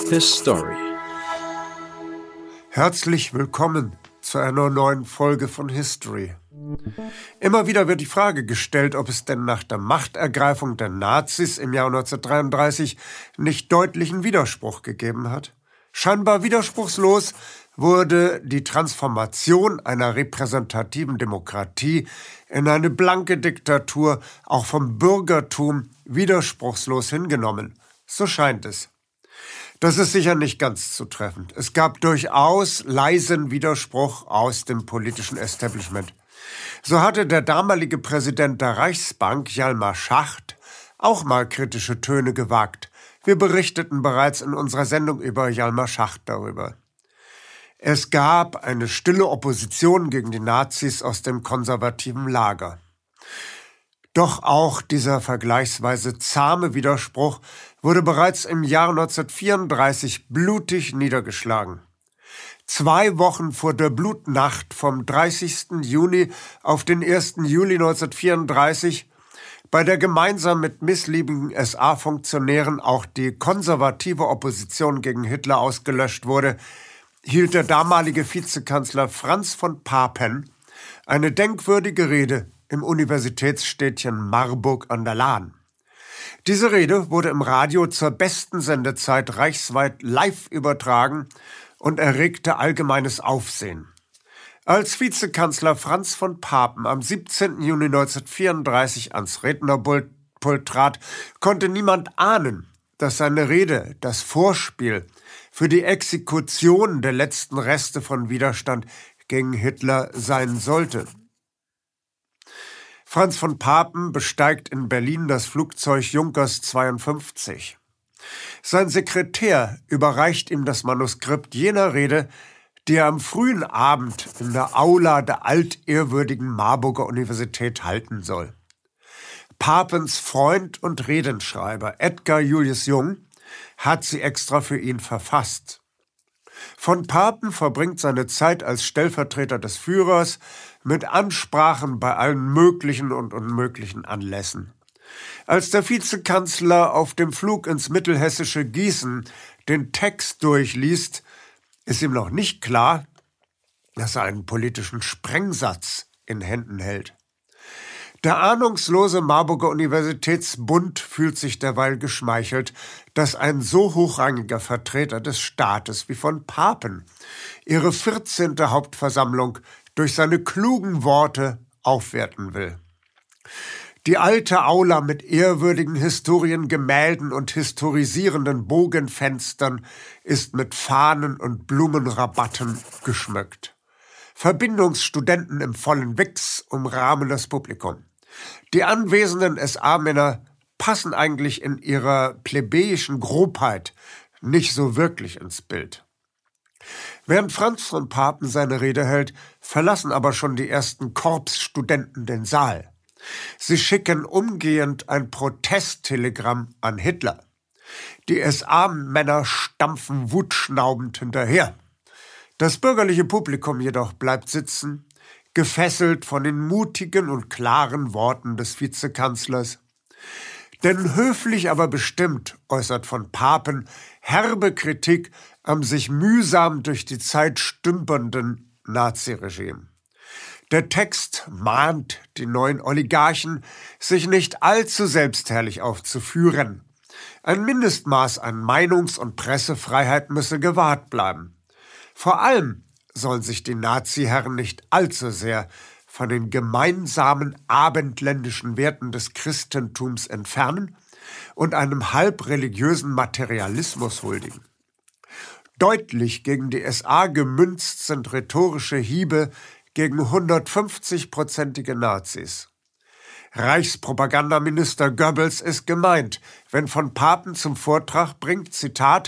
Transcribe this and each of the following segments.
His Story. Herzlich willkommen zu einer neuen Folge von History. Immer wieder wird die Frage gestellt, ob es denn nach der Machtergreifung der Nazis im Jahr 1933 nicht deutlichen Widerspruch gegeben hat. Scheinbar widerspruchslos wurde die Transformation einer repräsentativen Demokratie in eine blanke Diktatur auch vom Bürgertum widerspruchslos hingenommen. So scheint es. Das ist sicher nicht ganz zutreffend. Es gab durchaus leisen Widerspruch aus dem politischen Establishment. So hatte der damalige Präsident der Reichsbank, Hjalmar Schacht, auch mal kritische Töne gewagt. Wir berichteten bereits in unserer Sendung über Hjalmar Schacht darüber. Es gab eine stille Opposition gegen die Nazis aus dem konservativen Lager. Doch auch dieser vergleichsweise zahme Widerspruch wurde bereits im Jahr 1934 blutig niedergeschlagen. 2 Wochen vor der Blutnacht vom 30. Juni auf den 1. Juli 1934, bei der gemeinsam mit missliebigen SA-Funktionären auch die konservative Opposition gegen Hitler ausgelöscht wurde, hielt der damalige Vizekanzler Franz von Papen eine denkwürdige Rede im Universitätsstädtchen Marburg an der Lahn. Diese Rede wurde im Radio zur besten Sendezeit reichsweit live übertragen und erregte allgemeines Aufsehen. Als Vizekanzler Franz von Papen am 17. Juni 1934 ans Rednerpult trat, konnte niemand ahnen, dass seine Rede das Vorspiel für die Exekution der letzten Reste von Widerstand gegen Hitler sein sollte. Franz von Papen besteigt in Berlin das Flugzeug Junkers 52. Sein Sekretär überreicht ihm das Manuskript jener Rede, die er am frühen Abend in der Aula der altehrwürdigen Marburger Universität halten soll. Papens Freund und Redenschreiber Edgar Julius Jung hat sie extra für ihn verfasst. Von Papen verbringt seine Zeit als Stellvertreter des Führers mit Ansprachen bei allen möglichen und unmöglichen Anlässen. Als der Vizekanzler auf dem Flug ins mittelhessische Gießen den Text durchliest, ist ihm noch nicht klar, dass er einen politischen Sprengsatz in Händen hält. Der ahnungslose Marburger Universitätsbund fühlt sich derweil geschmeichelt, dass ein so hochrangiger Vertreter des Staates wie von Papen ihre 14. Hauptversammlung durch seine klugen Worte aufwerten will. Die alte Aula mit ehrwürdigen Historiengemälden und historisierenden Bogenfenstern ist mit Fahnen und Blumenrabatten geschmückt. Verbindungsstudenten im vollen Wix umrahmen das Publikum. Die anwesenden SA-Männer passen eigentlich in ihrer plebejischen Grobheit nicht so wirklich ins Bild. Während Franz von Papen seine Rede hält, verlassen aber schon die ersten Korpsstudenten den Saal. Sie schicken umgehend ein Protesttelegramm an Hitler. Die SA-Männer stampfen wutschnaubend hinterher. Das bürgerliche Publikum jedoch bleibt sitzen, gefesselt von den mutigen und klaren Worten des Vizekanzlers. Denn höflich, aber bestimmt äußert von Papen herbe Kritik am sich mühsam durch die Zeit stümpernden Naziregime. Der Text mahnt die neuen Oligarchen, sich nicht allzu selbstherrlich aufzuführen. Ein Mindestmaß an Meinungs- und Pressefreiheit müsse gewahrt bleiben. Vor allem sollen sich die Nazi-Herren nicht allzu sehr von den gemeinsamen abendländischen Werten des Christentums entfernen und einem halbreligiösen Materialismus huldigen. Deutlich gegen die SA gemünzt sind rhetorische Hiebe gegen 150-prozentige Nazis. Reichspropagandaminister Goebbels ist gemeint, wenn von Papen zum Vortrag bringt, Zitat,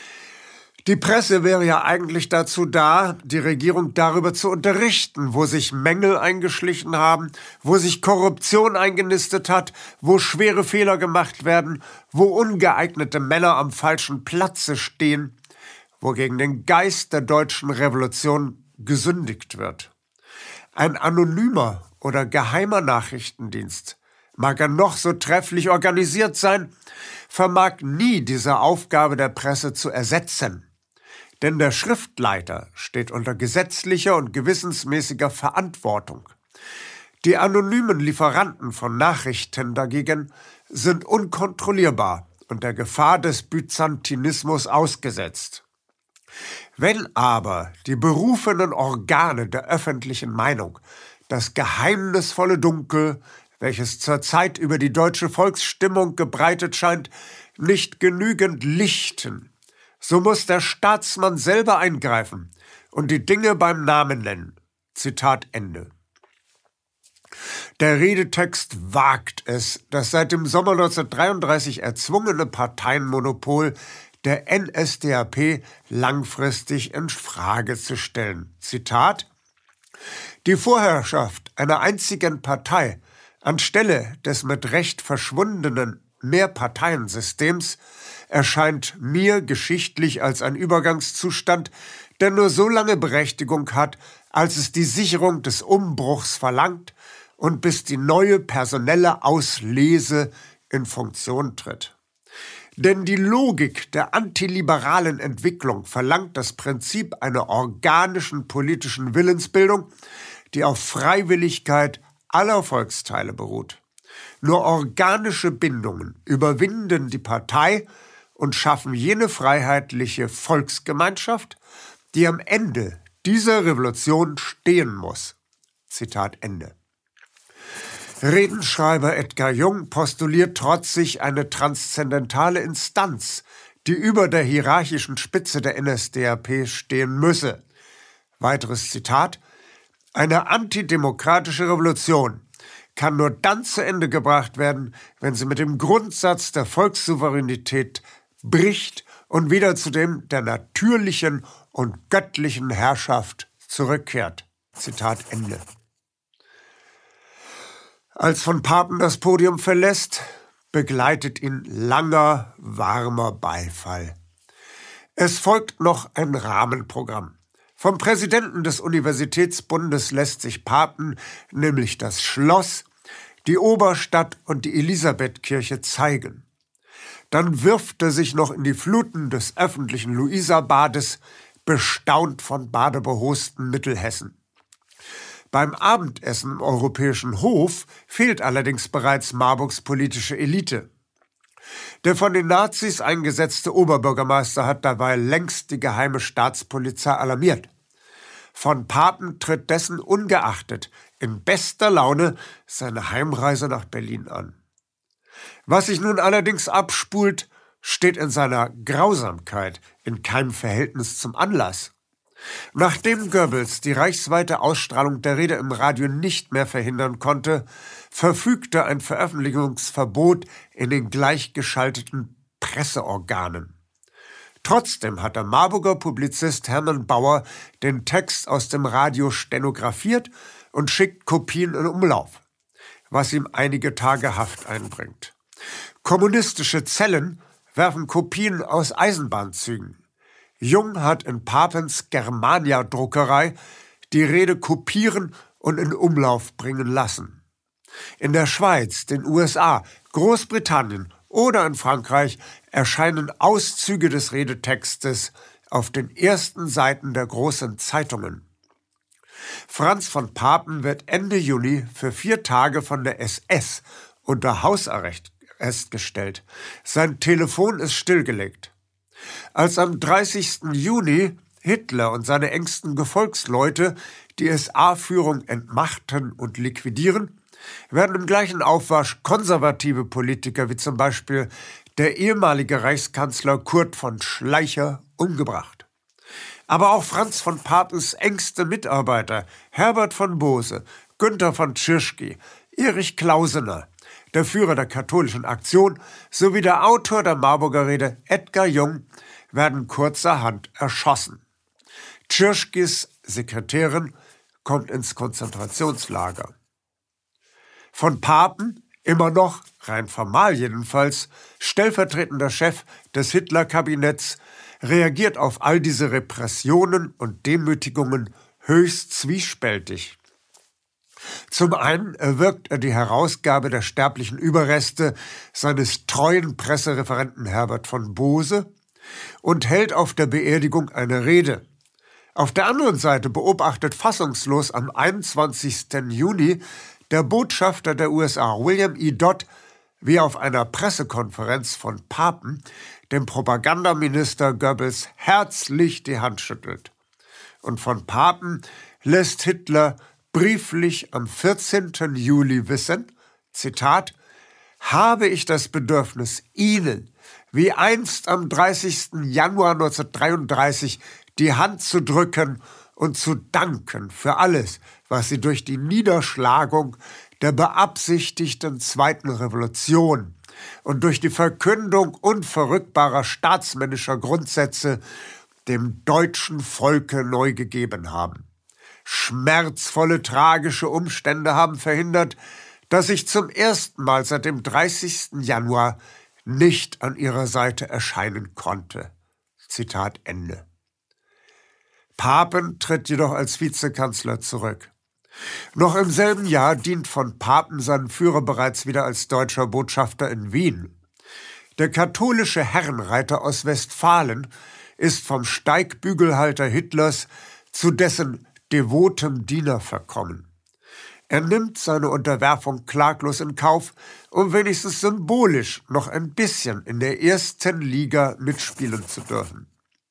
die Presse wäre ja eigentlich dazu da, die Regierung darüber zu unterrichten, wo sich Mängel eingeschlichen haben, wo sich Korruption eingenistet hat, wo schwere Fehler gemacht werden, wo ungeeignete Männer am falschen Platze stehen, wo gegen den Geist der deutschen Revolution gesündigt wird. Ein anonymer oder geheimer Nachrichtendienst mag er noch so trefflich organisiert sein, vermag nie diese Aufgabe der Presse zu ersetzen. Denn der Schriftleiter steht unter gesetzlicher und gewissensmäßiger Verantwortung. Die anonymen Lieferanten von Nachrichten dagegen sind unkontrollierbar und der Gefahr des Byzantinismus ausgesetzt. Wenn aber die berufenen Organe der öffentlichen Meinung das geheimnisvolle Dunkel, welches zurzeit über die deutsche Volksstimmung gebreitet scheint, nicht genügend lichten, so muss der Staatsmann selber eingreifen und die Dinge beim Namen nennen. Zitat Ende. Der Redetext wagt es, das seit dem Sommer 1933 erzwungene Parteienmonopol der NSDAP langfristig in Frage zu stellen. Zitat: Die Vorherrschaft einer einzigen Partei anstelle des mit Recht verschwundenen Mehrparteiensystems erscheint mir geschichtlich als ein Übergangszustand, der nur so lange Berechtigung hat, als es die Sicherung des Umbruchs verlangt und bis die neue personelle Auslese in Funktion tritt. Denn die Logik der antiliberalen Entwicklung verlangt das Prinzip einer organischen politischen Willensbildung, die auf Freiwilligkeit aller Volksteile beruht. Nur organische Bindungen überwinden die Partei und schaffen jene freiheitliche Volksgemeinschaft, die am Ende dieser Revolution stehen muss. Zitat Ende. Redenschreiber Edgar Jung postuliert trotzig eine transzendentale Instanz, die über der hierarchischen Spitze der NSDAP stehen müsse. Weiteres Zitat: Eine antidemokratische Revolution kann nur dann zu Ende gebracht werden, wenn sie mit dem Grundsatz der Volkssouveränität bricht und wieder zu dem der natürlichen und göttlichen Herrschaft zurückkehrt. Zitat Ende. Als von Papen das Podium verlässt, begleitet ihn langer, warmer Beifall. Es folgt noch ein Rahmenprogramm. Vom Präsidenten des Universitätsbundes lässt sich Papen nämlich das Schloss, die Oberstadt und die Elisabethkirche zeigen. Dann wirft er sich noch in die Fluten des öffentlichen Luisa-Bades, bestaunt von badebehosten Mittelhessen. Beim Abendessen im Europäischen Hof fehlt allerdings bereits Marburgs politische Elite. Der von den Nazis eingesetzte Oberbürgermeister hat dabei längst die geheime Staatspolizei alarmiert. Von Papen tritt dessen ungeachtet in bester Laune seine Heimreise nach Berlin an. Was sich nun allerdings abspult, steht in seiner Grausamkeit in keinem Verhältnis zum Anlass. Nachdem Goebbels die reichsweite Ausstrahlung der Rede im Radio nicht mehr verhindern konnte, verfügte ein Veröffentlichungsverbot in den gleichgeschalteten Presseorganen. Trotzdem hat der Marburger Publizist Hermann Bauer den Text aus dem Radio stenografiert und schickt Kopien in Umlauf, was ihm einige Tage Haft einbringt. Kommunistische Zellen werfen Kopien aus Eisenbahnzügen. Jung hat in Papens Germania-Druckerei die Rede kopieren und in Umlauf bringen lassen. In der Schweiz, den USA, Großbritannien oder in Frankreich erscheinen Auszüge des Redetextes auf den ersten Seiten der großen Zeitungen. Franz von Papen wird Ende Juni für 4 Tage von der SS unter Hausarrest gestellt. Sein Telefon ist stillgelegt. Als am 30. Juni Hitler und seine engsten Gefolgsleute die SA-Führung entmachten und liquidieren, werden im gleichen Aufwasch konservative Politiker wie zum Beispiel der ehemalige Reichskanzler Kurt von Schleicher umgebracht. Aber auch Franz von Papens engste Mitarbeiter Herbert von Bose, Günther von Tschirschky, Erich Klausener, der Führer der katholischen Aktion, sowie der Autor der Marburger Rede Edgar Jung werden kurzerhand erschossen. Tschirschkys Sekretärin kommt ins Konzentrationslager. Von Papen, immer noch, rein formal jedenfalls, stellvertretender Chef des Hitler-Kabinetts, reagiert auf all diese Repressionen und Demütigungen höchst zwiespältig. Zum einen erwirkt er die Herausgabe der sterblichen Überreste seines treuen Pressereferenten Herbert von Bose und hält auf der Beerdigung eine Rede. Auf der anderen Seite beobachtet fassungslos am 21. Juni der Botschafter der USA, William E. Dodd, wie auf einer Pressekonferenz von Papen dem Propagandaminister Goebbels herzlich die Hand schüttelt. Und von Papen lässt Hitler brieflich am 14. Juli wissen, Zitat, habe ich das Bedürfnis, Ihnen, wie einst am 30. Januar 1933, die Hand zu drücken und zu danken für alles, was Sie durch die Niederschlagung der beabsichtigten Zweiten Revolution und durch die Verkündung unverrückbarer staatsmännischer Grundsätze dem deutschen Volke neu gegeben haben. Schmerzvolle, tragische Umstände haben verhindert, dass ich zum ersten Mal seit dem 30. Januar nicht an ihrer Seite erscheinen konnte. Zitat Ende. Papen tritt jedoch als Vizekanzler zurück. Noch im selben Jahr dient von Papen seinen Führer bereits wieder als deutscher Botschafter in Wien. Der katholische Herrenreiter aus Westfalen ist vom Steigbügelhalter Hitlers zu dessen devotem Diener verkommen. Er nimmt seine Unterwerfung klaglos in Kauf, um wenigstens symbolisch noch ein bisschen in der ersten Liga mitspielen zu dürfen.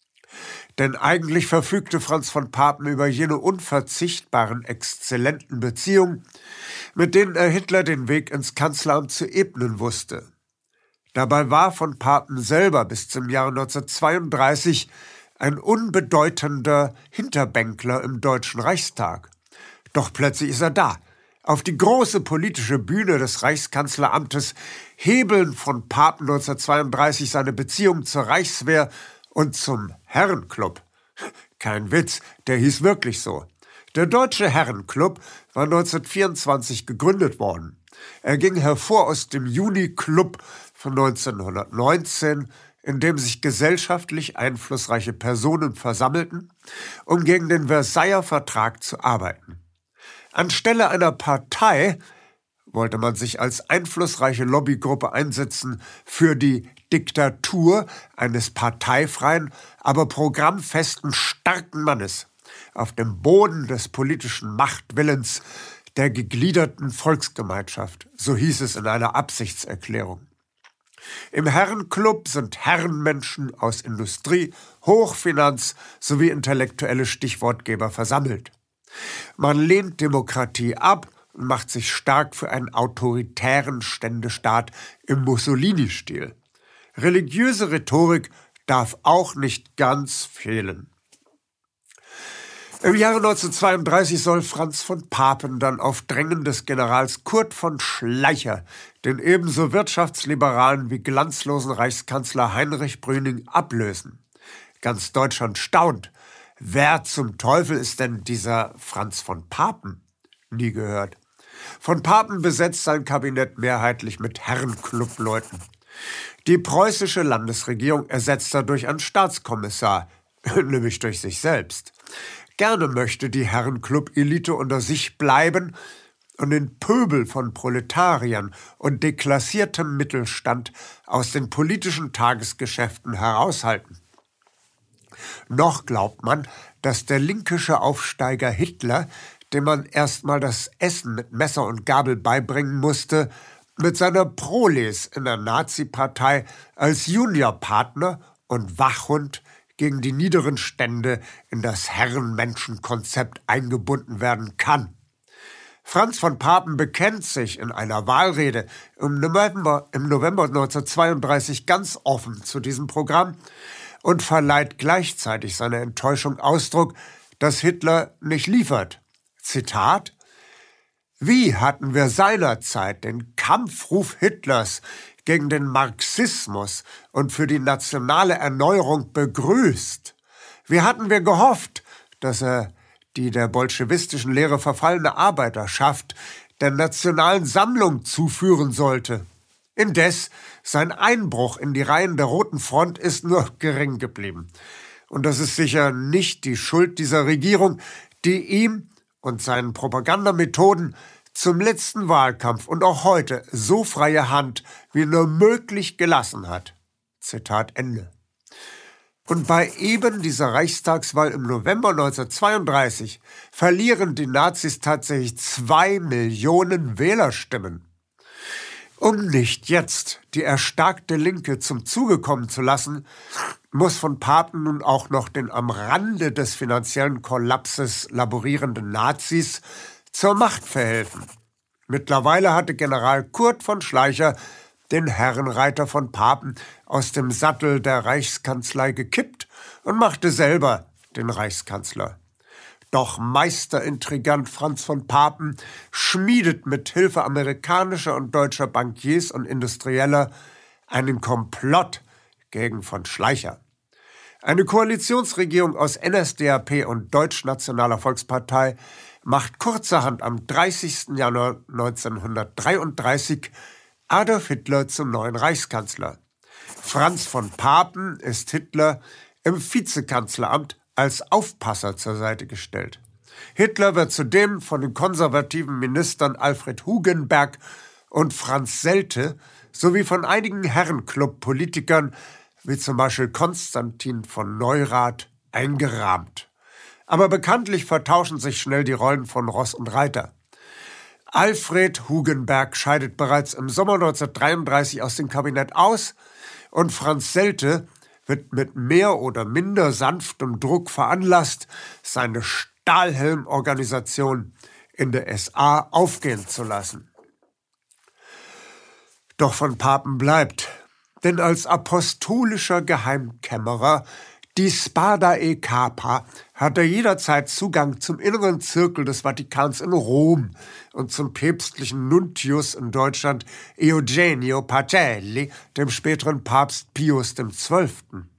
Denn eigentlich verfügte Franz von Papen über jene unverzichtbaren, exzellenten Beziehungen, mit denen er Hitler den Weg ins Kanzleramt zu ebnen wusste. Dabei war von Papen selber bis zum Jahre 1932 ein unbedeutender Hinterbänkler im Deutschen Reichstag. Doch plötzlich ist er da. Auf die große politische Bühne des Reichskanzleramtes hebeln von Papen 1932 seine Beziehung zur Reichswehr und zum Herrenclub. Kein Witz, der hieß wirklich so. Der Deutsche Herrenclub war 1924 gegründet worden. Er ging hervor aus dem Juni-Club von 1919, in dem sich gesellschaftlich einflussreiche Personen versammelten, um gegen den Versailler Vertrag zu arbeiten. Anstelle einer Partei wollte man sich als einflussreiche Lobbygruppe einsetzen für die Diktatur eines parteifreien, aber programmfesten, starken Mannes auf dem Boden des politischen Machtwillens der gegliederten Volksgemeinschaft, so hieß es in einer Absichtserklärung. Im Herrenclub sind Herrenmenschen aus Industrie, Hochfinanz sowie intellektuelle Stichwortgeber versammelt. Man lehnt Demokratie ab und macht sich stark für einen autoritären Ständestaat im Mussolini-Stil. Religiöse Rhetorik darf auch nicht ganz fehlen. Im Jahre 1932 soll Franz von Papen dann auf Drängen des Generals Kurt von Schleicher den ebenso wirtschaftsliberalen wie glanzlosen Reichskanzler Heinrich Brüning ablösen. Ganz Deutschland staunt. Wer zum Teufel ist denn dieser Franz von Papen? Nie gehört. Von Papen besetzt sein Kabinett mehrheitlich mit Herrenclubleuten. Die preußische Landesregierung ersetzt dadurch einen Staatskommissar, nämlich durch sich selbst. Gerne möchte die Herrenclub-Elite unter sich bleiben und den Pöbel von Proletariern und deklassiertem Mittelstand aus den politischen Tagesgeschäften heraushalten. Noch glaubt man, dass der linkische Aufsteiger Hitler, dem man erstmal das Essen mit Messer und Gabel beibringen musste, mit seiner Proles in der Nazi-Partei als Juniorpartner und Wachhund gegen die niederen Stände in das Herrenmenschenkonzept eingebunden werden kann. Franz von Papen bekennt sich in einer Wahlrede im November 1932 ganz offen zu diesem Programm und verleiht gleichzeitig seiner Enttäuschung Ausdruck, dass Hitler nicht liefert. Zitat: Wie hatten wir seinerzeit den Kampfruf Hitlers gegen den Marxismus und für die nationale Erneuerung begrüßt? Wie hatten wir gehofft, dass er die der bolschewistischen Lehre verfallene Arbeiterschaft der nationalen Sammlung zuführen sollte? Indes, sein Einbruch in die Reihen der Roten Front ist nur gering geblieben. Und das ist sicher nicht die Schuld dieser Regierung, die ihm und seinen Propagandamethoden zum letzten Wahlkampf und auch heute so freie Hand wie nur möglich gelassen hat. Zitat Ende. Und bei eben dieser Reichstagswahl im November 1932 verlieren die Nazis tatsächlich 2 Millionen Wählerstimmen. Um nicht jetzt die erstarkte Linke zum Zuge kommen zu lassen, muss von Papen nun auch noch den am Rande des finanziellen Kollapses laborierenden Nazis zur Macht verhelfen. Mittlerweile hatte General Kurt von Schleicher den Herrenreiter von Papen aus dem Sattel der Reichskanzlei gekippt und machte selber den Reichskanzler. Doch Meisterintrigant Franz von Papen schmiedet mit Hilfe amerikanischer und deutscher Bankiers und Industrieller einen Komplott gegen von Schleicher. Eine Koalitionsregierung aus NSDAP und Deutschnationaler Volkspartei macht kurzerhand am 30. Januar 1933 Adolf Hitler zum neuen Reichskanzler. Franz von Papen ist Hitler im Vizekanzleramt als Aufpasser zur Seite gestellt. Hitler wird zudem von den konservativen Ministern Alfred Hugenberg und Franz Seldte sowie von einigen Herrenclub-Politikern wie zum Beispiel Konstantin von Neurath eingerahmt. Aber bekanntlich vertauschen sich schnell die Rollen von Ross und Reiter. Alfred Hugenberg scheidet bereits im Sommer 1933 aus dem Kabinett aus und Franz Seldte wird mit mehr oder minder sanftem Druck veranlasst, seine Stahlhelm-Organisation in der SA aufgehen zu lassen. Doch von Papen bleibt, denn als apostolischer Geheimkämmerer die Spadae Capa hat er jederzeit Zugang zum inneren Zirkel des Vatikans in Rom und zum päpstlichen Nuntius in Deutschland Eugenio Pacelli, dem späteren Papst Pius XII.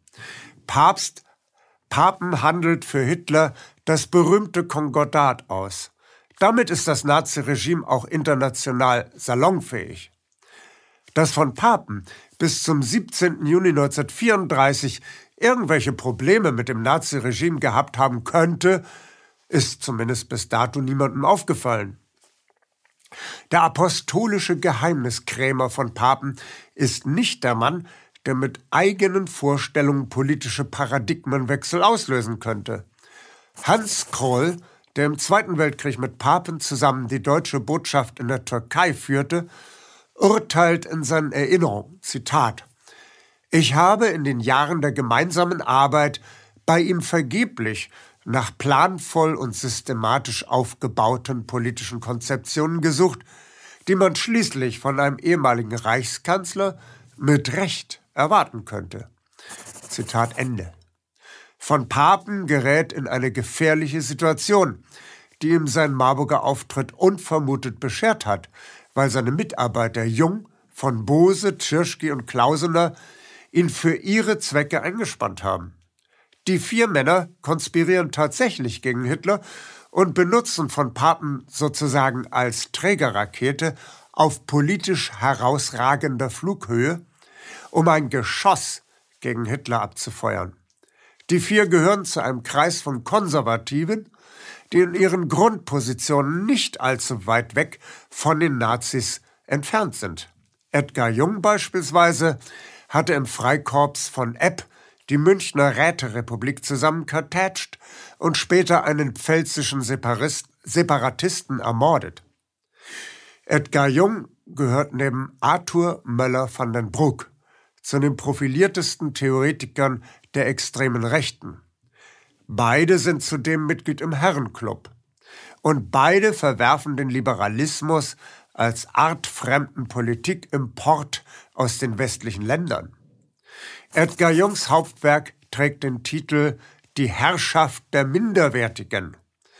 Papen handelt für Hitler das berühmte Konkordat aus. Damit ist das Naziregime auch international salonfähig. Dass von Papen bis zum 17. Juni 1934 irgendwelche Probleme mit dem Naziregime gehabt haben könnte, ist zumindest bis dato niemandem aufgefallen. Der apostolische Geheimniskrämer von Papen ist nicht der Mann, der mit eigenen Vorstellungen politische Paradigmenwechsel auslösen könnte. Hans Kroll, der im Zweiten Weltkrieg mit Papen zusammen die deutsche Botschaft in der Türkei führte, urteilt in seinen Erinnerungen, Zitat: Ich habe in den Jahren der gemeinsamen Arbeit bei ihm vergeblich nach planvoll und systematisch aufgebauten politischen Konzeptionen gesucht, die man schließlich von einem ehemaligen Reichskanzler mit Recht erwarten könnte. Zitat Ende. Von Papen gerät in eine gefährliche Situation, die ihm sein Marburger Auftritt unvermutet beschert hat, weil seine Mitarbeiter Jung, von Bose, Tschirschky und Klausener ihn für ihre Zwecke eingespannt haben. Die 4 Männer konspirieren tatsächlich gegen Hitler und benutzen von Papen sozusagen als Trägerrakete auf politisch herausragender Flughöhe, um ein Geschoss gegen Hitler abzufeuern. Die 4 gehören zu einem Kreis von Konservativen, die in ihren Grundpositionen nicht allzu weit weg von den Nazis entfernt sind. Edgar Jung beispielsweise hatte im Freikorps von Epp die Münchner Räterepublik zusammenkartätscht und später einen pfälzischen Separatisten ermordet. Edgar Jung gehört neben Arthur Möller van den Broek zu den profiliertesten Theoretikern der extremen Rechten. Beide sind zudem Mitglied im Herrenclub. Und beide verwerfen den Liberalismus als artfremden Politikimport aus den westlichen Ländern. Edgar Jungs Hauptwerk trägt den Titel »Die Herrschaft der Minderwertigen«.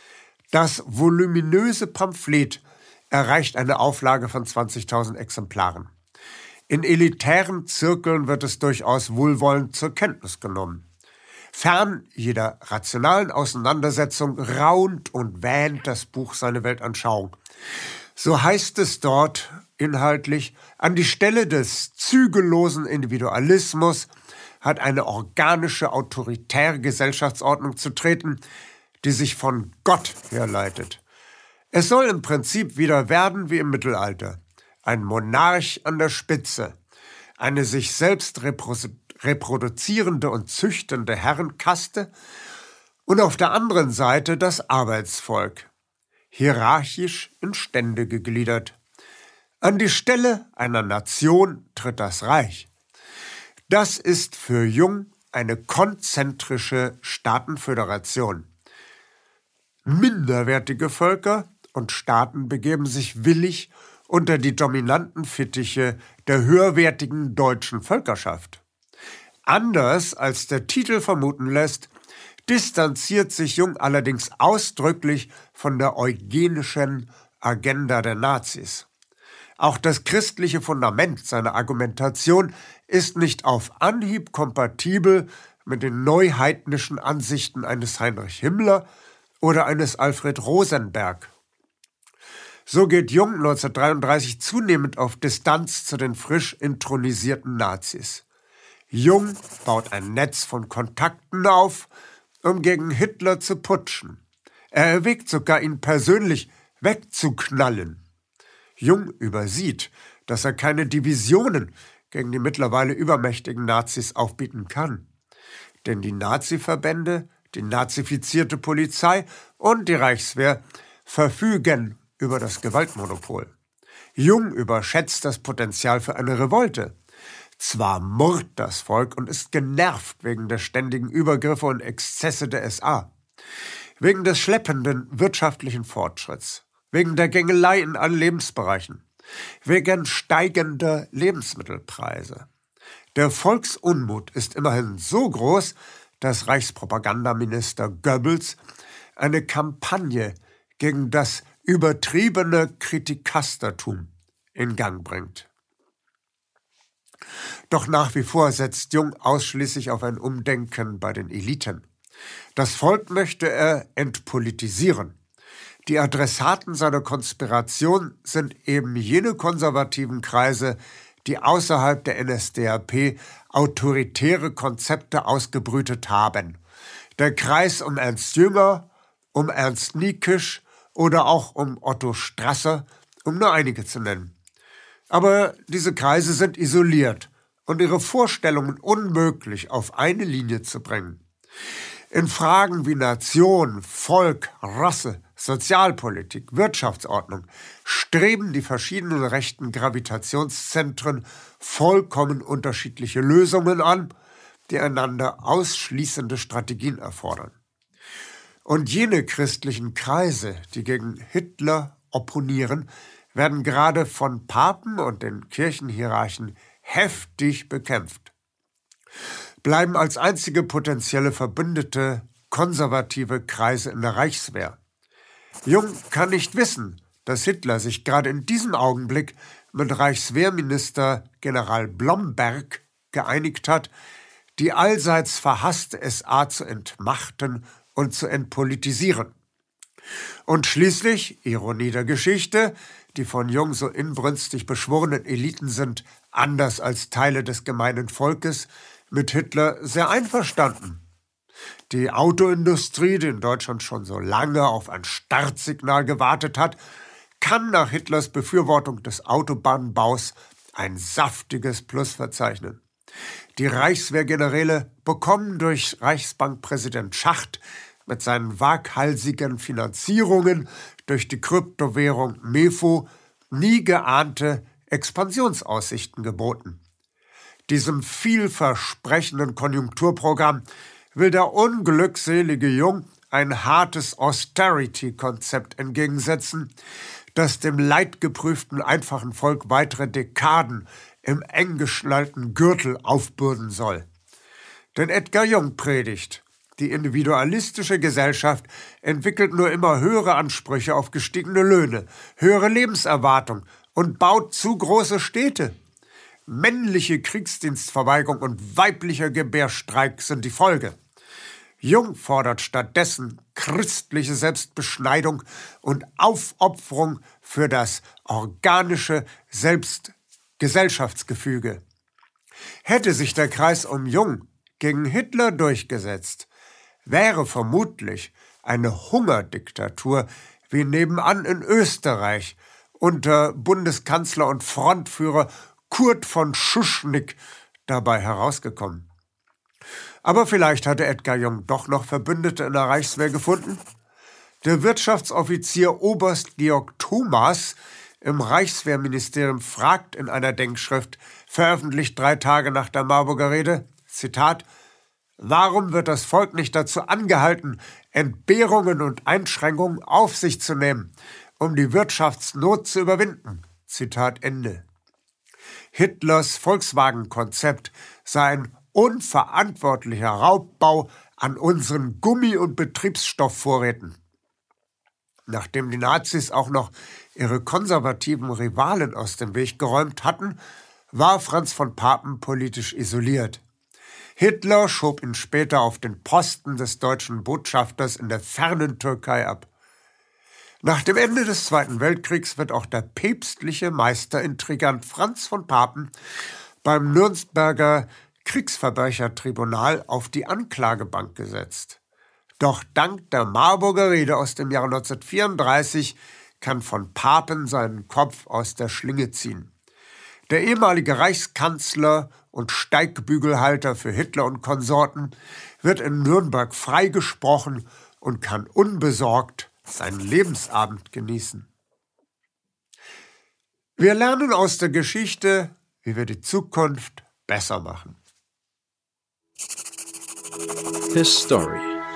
Das voluminöse Pamphlet erreicht eine Auflage von 20.000 Exemplaren. In elitären Zirkeln wird es durchaus wohlwollend zur Kenntnis genommen. Fern jeder rationalen Auseinandersetzung raunt und wähnt das Buch seine Weltanschauung. So heißt es dort inhaltlich: An die Stelle des zügellosen Individualismus hat eine organische, autoritäre Gesellschaftsordnung zu treten, die sich von Gott herleitet. Es soll im Prinzip wieder werden wie im Mittelalter. Ein Monarch an der Spitze, eine sich selbst reproduzierende und züchtende Herrenkaste und auf der anderen Seite das Arbeitsvolk, hierarchisch in Stände gegliedert. An die Stelle einer Nation tritt das Reich. Das ist für Jung eine konzentrische Staatenföderation. Minderwertige Völker und Staaten begeben sich willig unter die dominanten Fittiche der höherwertigen deutschen Völkerschaft. Anders als der Titel vermuten lässt, distanziert sich Jung allerdings ausdrücklich von der eugenischen Agenda der Nazis. Auch das christliche Fundament seiner Argumentation ist nicht auf Anhieb kompatibel mit den neuheidnischen Ansichten eines Heinrich Himmler oder eines Alfred Rosenberg. So geht Jung 1933 zunehmend auf Distanz zu den frisch inthronisierten Nazis. Jung baut ein Netz von Kontakten auf, um gegen Hitler zu putschen. Er erwägt sogar, ihn persönlich wegzuknallen. Jung übersieht, dass er keine Divisionen gegen die mittlerweile übermächtigen Nazis aufbieten kann. Denn die Nazi-Verbände, die nazifizierte Polizei und die Reichswehr verfügen über das Gewaltmonopol. Jung überschätzt das Potenzial für eine Revolte. Zwar murrt das Volk und ist genervt wegen der ständigen Übergriffe und Exzesse der SA, wegen des schleppenden wirtschaftlichen Fortschritts, wegen der Gängelei in allen Lebensbereichen, wegen steigender Lebensmittelpreise. Der Volksunmut ist immerhin so groß, dass Reichspropagandaminister Goebbels eine Kampagne gegen das übertriebene Kritikastertum in Gang bringt. Doch nach wie vor setzt Jung ausschließlich auf ein Umdenken bei den Eliten. Das Volk möchte er entpolitisieren. Die Adressaten seiner Konspiration sind eben jene konservativen Kreise, die außerhalb der NSDAP autoritäre Konzepte ausgebrütet haben. Der Kreis um Ernst Jünger, um Ernst Niekisch oder auch um Otto Strasser, um nur einige zu nennen. Aber diese Kreise sind isoliert und ihre Vorstellungen unmöglich auf eine Linie zu bringen. In Fragen wie Nation, Volk, Rasse, Sozialpolitik, Wirtschaftsordnung streben die verschiedenen rechten Gravitationszentren vollkommen unterschiedliche Lösungen an, die einander ausschließende Strategien erfordern. Und jene christlichen Kreise, die gegen Hitler opponieren, werden gerade von Papen und den Kirchenhierarchen heftig bekämpft. Bleiben als einzige potenzielle Verbündete konservative Kreise in der Reichswehr. Jung kann nicht wissen, dass Hitler sich gerade in diesem Augenblick mit Reichswehrminister General Blomberg geeinigt hat, die allseits verhasste SA zu entmachten und zu entpolitisieren. Und schließlich, Ironie der Geschichte, die von Jung so inbrünstig beschworenen Eliten sind, anders als Teile des gemeinen Volkes, mit Hitler sehr einverstanden. Die Autoindustrie, die in Deutschland schon so lange auf ein Startsignal gewartet hat, kann nach Hitlers Befürwortung des Autobahnbaus ein saftiges Plus verzeichnen. Die Reichswehrgeneräle bekommen durch Reichsbankpräsident Schacht mit seinen waghalsigen Finanzierungen durch die Kryptowährung Mefo nie geahnte Expansionsaussichten geboten. Diesem vielversprechenden Konjunkturprogramm will der unglückselige Jung ein hartes Austerity-Konzept entgegensetzen, das dem leidgeprüften einfachen Volk weitere Dekaden im eng geschnallten Gürtel aufbürden soll. Denn Edgar Jung predigt, die individualistische Gesellschaft entwickelt nur immer höhere Ansprüche auf gestiegene Löhne, höhere Lebenserwartung und baut zu große Städte. Männliche Kriegsdienstverweigerung und weiblicher Gebärstreik sind die Folge. Jung fordert stattdessen christliche Selbstbeschneidung und Aufopferung für das organische Gesellschaftsgefüge. Hätte sich der Kreis um Jung gegen Hitler durchgesetzt, wäre vermutlich eine Hungerdiktatur wie nebenan in Österreich unter Bundeskanzler und Frontführer Kurt von Schuschnigg dabei herausgekommen. Aber vielleicht hatte Edgar Jung doch noch Verbündete in der Reichswehr gefunden? Der Wirtschaftsoffizier Oberst Georg Thomas im Reichswehrministerium fragt in einer Denkschrift, veröffentlicht 3 Tage nach der Marburger Rede, Zitat, warum wird das Volk nicht dazu angehalten, Entbehrungen und Einschränkungen auf sich zu nehmen, um die Wirtschaftsnot zu überwinden? Zitat Ende. Hitlers Volkswagen-Konzept sei ein unverantwortlicher Raubbau an unseren Gummi- und Betriebsstoffvorräten. Nachdem die Nazis auch noch ihre konservativen Rivalen aus dem Weg geräumt hatten, war Franz von Papen politisch isoliert. Hitler schob ihn später auf den Posten des deutschen Botschafters in der fernen Türkei ab. Nach dem Ende des Zweiten Weltkriegs wird auch der päpstliche Meisterintrigant Franz von Papen beim Nürnberger Kriegsverbrechertribunal auf die Anklagebank gesetzt. Doch dank der Marburger Rede aus dem Jahre 1934 kann von Papen seinen Kopf aus der Schlinge ziehen. Der ehemalige Reichskanzler und Steigbügelhalter für Hitler und Konsorten wird in Nürnberg freigesprochen und kann unbesorgt seinen Lebensabend genießen. Wir lernen aus der Geschichte, wie wir die Zukunft besser machen. His Story.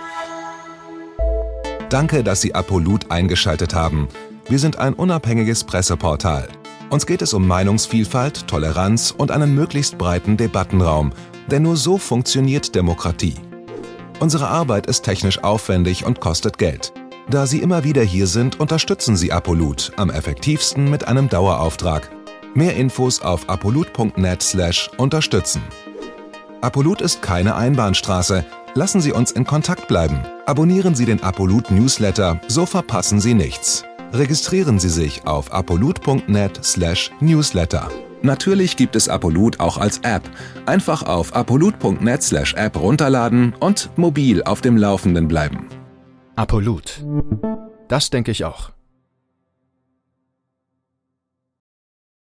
Danke, dass Sie Apolut eingeschaltet haben. Wir sind ein unabhängiges Presseportal. Uns geht es um Meinungsvielfalt, Toleranz und einen möglichst breiten Debattenraum, denn nur so funktioniert Demokratie. Unsere Arbeit ist technisch aufwendig und kostet Geld. Da Sie immer wieder hier sind, unterstützen Sie Apolut am effektivsten mit einem Dauerauftrag. Mehr Infos auf apolut.net/unterstützen. Apolut ist keine Einbahnstraße. Lassen Sie uns in Kontakt bleiben. Abonnieren Sie den Apolut Newsletter, so verpassen Sie nichts. Registrieren Sie sich auf apolut.net/newsletter. Natürlich gibt es Apolut auch als App. Einfach auf apolut.net/app runterladen und mobil auf dem Laufenden bleiben. Apolut. Das denke ich auch.